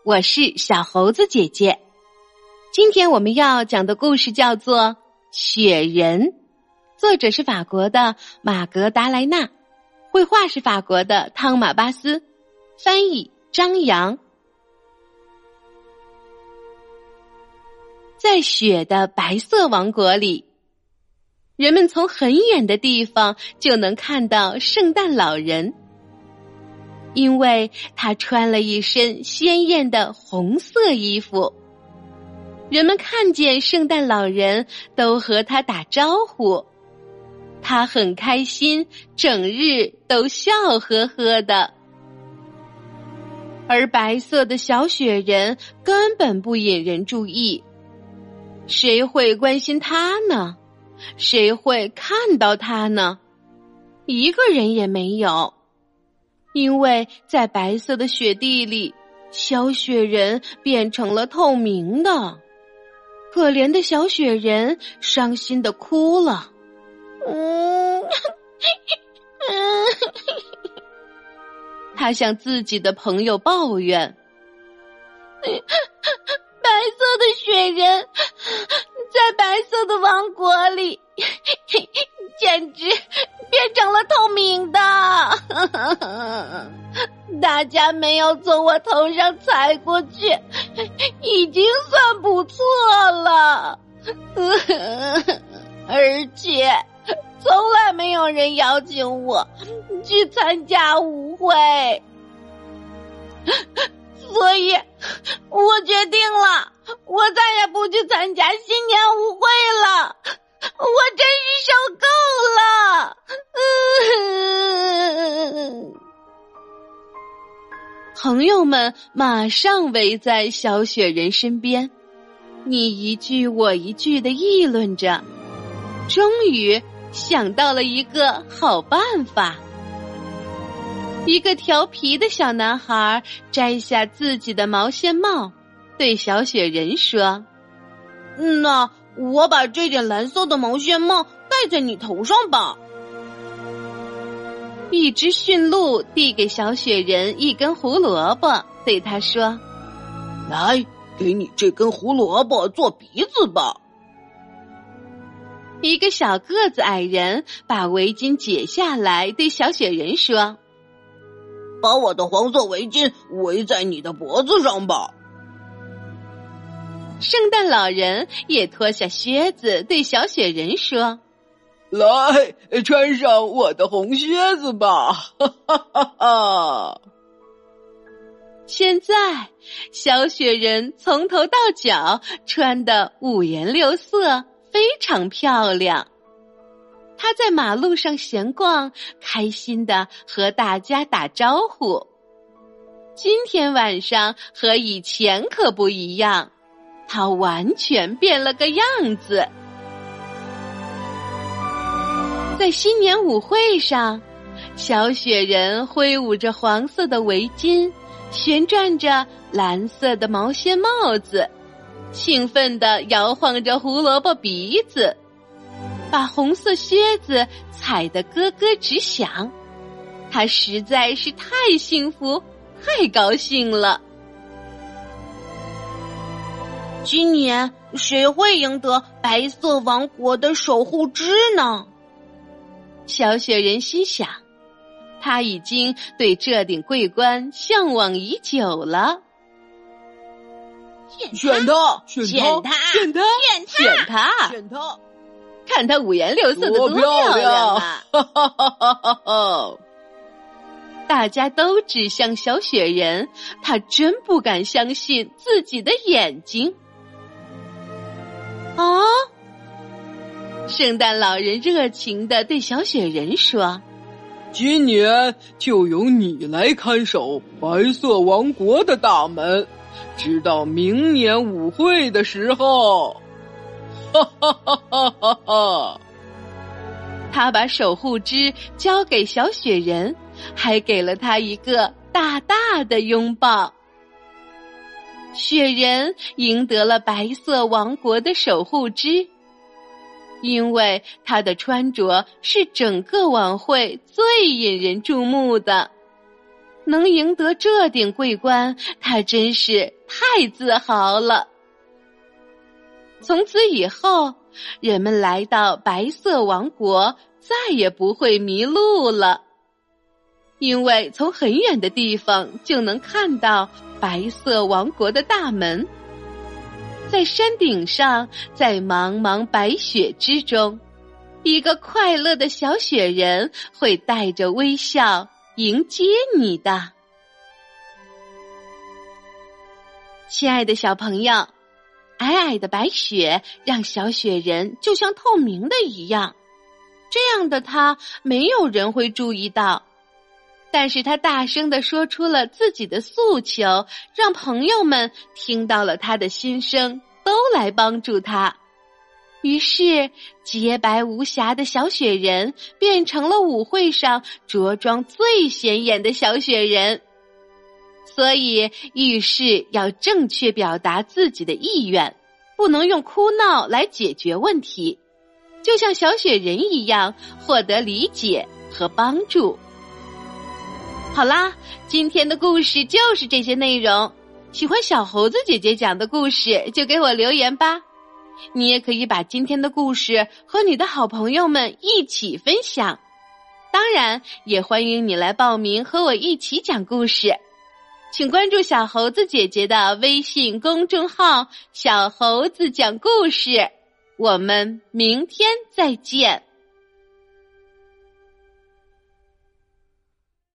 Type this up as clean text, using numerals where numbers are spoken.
我是小猴子姐姐。今天我们要讲的故事叫做《雪人》，作者是法国的玛格达莱纳，绘画是法国的汤马巴斯，翻译张扬。在雪的白色王国里，人们从很远的地方就能看到圣诞老人，因为他穿了一身鲜艳的红色衣服。人们看见圣诞老人都和他打招呼，他很开心，整日都笑呵呵的。而白色的小雪人根本不引人注意，谁会关心他呢？谁会看到他呢？一个人也没有。因为在白色的雪地里，小雪人变成了透明的。可怜的小雪人伤心地哭了。他向自己的朋友抱怨：白色的雪人在白色的王国里简直变成了透明的。大家没有从我头上踩过去，已经算不错了。而且从来没有人邀请我去参加舞会，所以我决定了，我再也不去参加新年舞会了。我真是受够了。朋友们马上围在小雪人身边，你一句我一句地议论着，终于想到了一个好办法。一个调皮的小男孩摘下自己的毛线帽，对小雪人说：那我把这顶蓝色的毛线帽戴在你头上吧。一只驯鹿递给小雪人一根胡萝卜，对他说：来，给你这根胡萝卜做鼻子吧。一个小个子矮人把围巾解下来，对小雪人说：把我的黄色围巾围在你的脖子上吧。圣诞老人也脱下靴子，对小雪人说：来，穿上我的红靴子吧。哈哈哈哈。现在小雪人从头到脚穿得五颜六色，非常漂亮。他在马路上闲逛，开心地和大家打招呼。今天晚上和以前可不一样，他完全变了个样子。在新年舞会上，小雪人挥舞着黄色的围巾，旋转着蓝色的毛线帽子，兴奋地摇晃着胡萝卜鼻子，把红色靴子踩得咯咯直响。他实在是太幸福，太高兴了。今年谁会赢得白色王国的守护之呢？小雪人心想，他已经对这顶桂冠向往已久了。选他，选他，选他，选他，选他！看他五颜六色的多漂亮啊！哈哈哈哈哈哈！大家都指向小雪人，他真不敢相信自己的眼睛。啊！圣诞老人热情地对小雪人说：今年就由你来看守白色王国的大门，直到明年舞会的时候。哈哈哈哈哈哈！他把守护枝交给小雪人，还给了他一个大大的拥抱。雪人赢得了白色王国的守护枝，因为他的穿着是整个晚会最引人注目的。 能赢得这顶桂冠，他真是太自豪了。从此以后，人们来到白色王国，再也不会迷路了，因为从很远的地方就能看到白色王国的大门。在山顶上，在茫茫白雪之中，一个快乐的小雪人会带着微笑迎接你的。亲爱的小朋友，皑皑的白雪让小雪人就像透明的一样，这样的他没有人会注意到，但是他大声地说出了自己的诉求，让朋友们听到了他的心声，都来帮助他。于是洁白无瑕的小雪人变成了舞会上着装最显眼的小雪人。所以遇事要正确表达自己的意愿，不能用哭闹来解决问题，就像小雪人一样获得理解和帮助。好啦，今天的故事就是这些内容。喜欢小猴子姐姐讲的故事就给我留言吧。你也可以把今天的故事和你的好朋友们一起分享。当然，也欢迎你来报名和我一起讲故事。请关注小猴子姐姐的微信公众号“小猴子讲故事”。我们明天再见。